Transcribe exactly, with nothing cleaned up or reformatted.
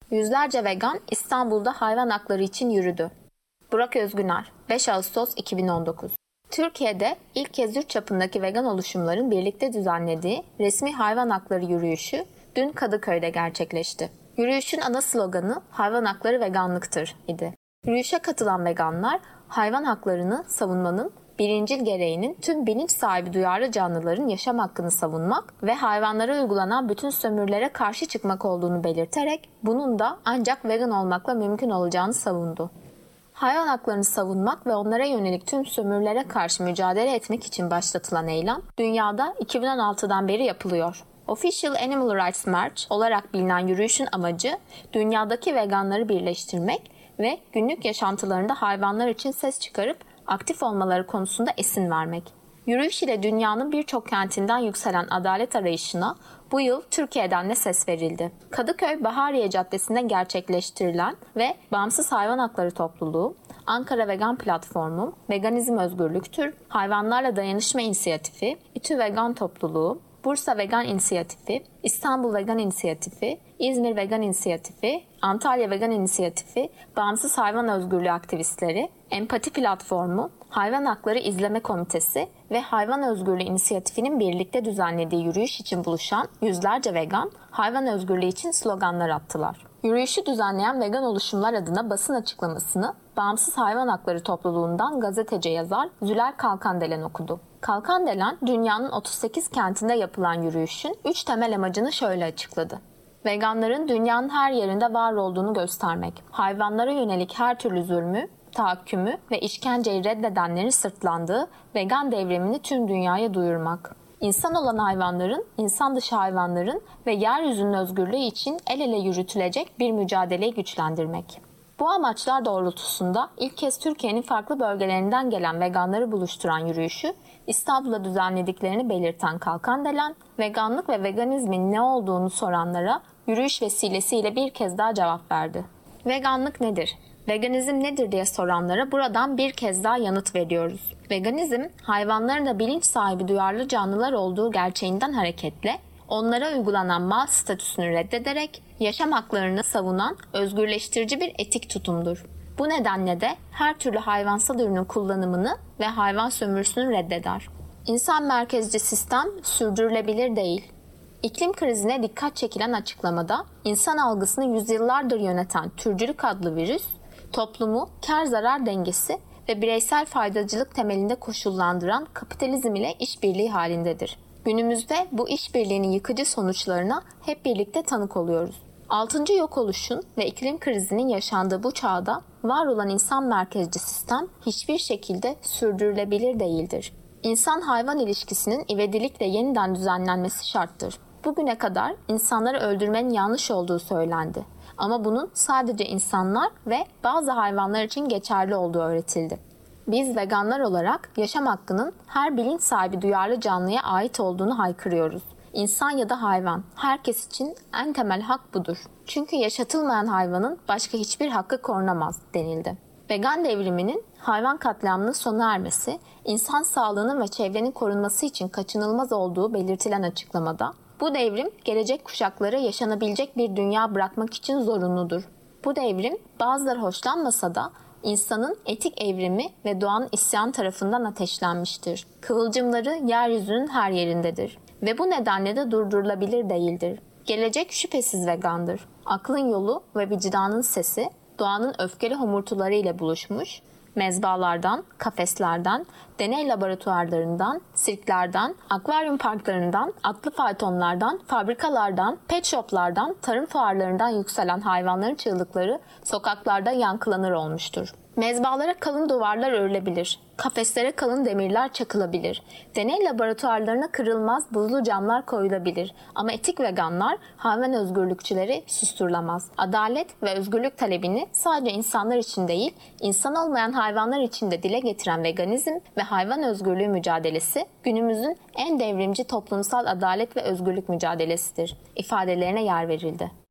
Yüzlerce vegan İstanbul'da hayvan hakları için yürüdü. Burak Özgüner, beş Ağustos iki bin on dokuz. Türkiye'de ilk kez yurt çapındaki vegan oluşumların birlikte düzenlediği resmi hayvan hakları yürüyüşü dün Kadıköy'de gerçekleşti. Yürüyüşün ana sloganı "Hayvan hakları veganlıktır" idi. Yürüyüşe katılan veganlar, hayvan haklarını savunmanın birincil gereğinin tüm bilinç sahibi duyarlı canlıların yaşam hakkını savunmak ve hayvanlara uygulanan bütün sömürülere karşı çıkmak olduğunu belirterek bunun da ancak vegan olmakla mümkün olacağını savundu. Hayvan haklarını savunmak ve onlara yönelik tüm sömürülere karşı mücadele etmek için başlatılan eylem dünyada iki bin on altıdan beri yapılıyor. Official Animal Rights March olarak bilinen yürüyüşün amacı dünyadaki veganları birleştirmek ve günlük yaşantılarında hayvanlar için ses çıkarıp aktif olmaları konusunda esin vermek. Yürüyüş ile dünyanın birçok kentinden yükselen adalet arayışına bu yıl Türkiye'den de ses verildi. Kadıköy Bahariye Caddesi'nde gerçekleştirilen ve Bağımsız Hayvan Hakları Topluluğu, Ankara Vegan Platformu, Veganizm Özgürlüktür, Hayvanlarla Dayanışma İnisiyatifi, İTÜ Vegan Topluluğu, Bursa Vegan İnisiyatifi, İstanbul Vegan İnisiyatifi, İzmir Vegan İnisiyatifi, Antalya Vegan İnisiyatifi, Bağımsız Hayvan Özgürlüğü Aktivistleri, Empati Platformu, Hayvan Hakları İzleme Komitesi ve Hayvan Özgürlüğü İnisiyatifi'nin birlikte düzenlediği yürüyüş için buluşan yüzlerce vegan, hayvan özgürlüğü için sloganlar attılar. Yürüyüşü düzenleyen vegan oluşumlar adına basın açıklamasını Bağımsız Hayvan Hakları Topluluğundan gazeteci yazar Zülal Kalkandelen okudu. Kalkandelen, dünyanın otuz sekiz kentinde yapılan yürüyüşün üç temel amacını şöyle açıkladı. Veganların dünyanın her yerinde var olduğunu göstermek, hayvanlara yönelik her türlü zulmü, tahakkümü ve işkenceyi reddedenlerin sırtlandığı vegan devrimini tüm dünyaya duyurmak. İnsan olan hayvanların, insan dışı hayvanların ve yeryüzünün özgürlüğü için el ele yürütülecek bir mücadeleyi güçlendirmek. Bu amaçlar doğrultusunda ilk kez Türkiye'nin farklı bölgelerinden gelen veganları buluşturan yürüyüşü İstanbul'da düzenlediklerini belirten Kalkandelen, veganlık ve veganizmin ne olduğunu soranlara yürüyüş vesilesiyle bir kez daha cevap verdi. Veganlık nedir? Veganizm nedir diye soranlara buradan bir kez daha yanıt veriyoruz. Veganizm, hayvanların da bilinç sahibi duyarlı canlılar olduğu gerçeğinden hareketle onlara uygulanan mal statüsünü reddederek yaşam haklarını savunan özgürleştirici bir etik tutumdur. Bu nedenle de her türlü hayvansal ürünün kullanımını ve hayvan sömürüsünü reddeder. İnsan merkezci sistem sürdürülebilir değil. İklim krizine dikkat çekilen açıklamada insan algısını yüzyıllardır yöneten türcülük adlı virüs, toplumu kar zarar dengesi ve bireysel faydacılık temelinde koşullandıran kapitalizm ile işbirliği halindedir. Günümüzde bu işbirliğinin yıkıcı sonuçlarına hep birlikte tanık oluyoruz. Altıncı yok oluşun ve iklim krizinin yaşandığı bu çağda var olan insan merkezci sistem hiçbir şekilde sürdürülebilir değildir. İnsan-hayvan ilişkisinin ivedilikle yeniden düzenlenmesi şarttır. Bugüne kadar insanları öldürmenin yanlış olduğu söylendi. Ama bunun sadece insanlar ve bazı hayvanlar için geçerli olduğu öğretildi. Biz veganlar olarak yaşam hakkının her bilinç sahibi duyarlı canlıya ait olduğunu haykırıyoruz. İnsan ya da hayvan, herkes için en temel hak budur. Çünkü yaşatılmayan hayvanın başka hiçbir hakkı korunamaz denildi. Vegan devriminin hayvan katliamının sona ermesi, insan sağlığının ve çevrenin korunması için kaçınılmaz olduğu belirtilen açıklamada, bu devrim gelecek kuşaklara yaşanabilecek bir dünya bırakmak için zorunludur. Bu devrim bazıları hoşlanmasa da insanın etik evrimi ve doğanın isyan tarafından ateşlenmiştir. Kıvılcımları yeryüzünün her yerindedir ve bu nedenle de durdurulabilir değildir. Gelecek şüphesiz vegandır. Aklın yolu ve vicdanın sesi doğanın öfkeli homurtuları ile buluşmuş, mezbalardan, kafeslerden, deney laboratuvarlarından, sirklerden, akvaryum parklarından, atlı faytonlardan, fabrikalardan, pet shoplardan, tarım fuarlarından yükselen hayvanların çığlıkları sokaklarda yankılanır olmuştur. Mezbalara kalın duvarlar örülebilir, kafeslere kalın demirler çakılabilir, deney laboratuvarlarına kırılmaz buzlu camlar koyulabilir ama etik veganlar, hayvan özgürlükçüleri susturulamaz. Adalet ve özgürlük talebini sadece insanlar için değil, insan olmayan hayvanlar için de dile getiren veganizm ve hayvan özgürlüğü mücadelesi günümüzün en devrimci toplumsal adalet ve özgürlük mücadelesidir ifadelerine yer verildi.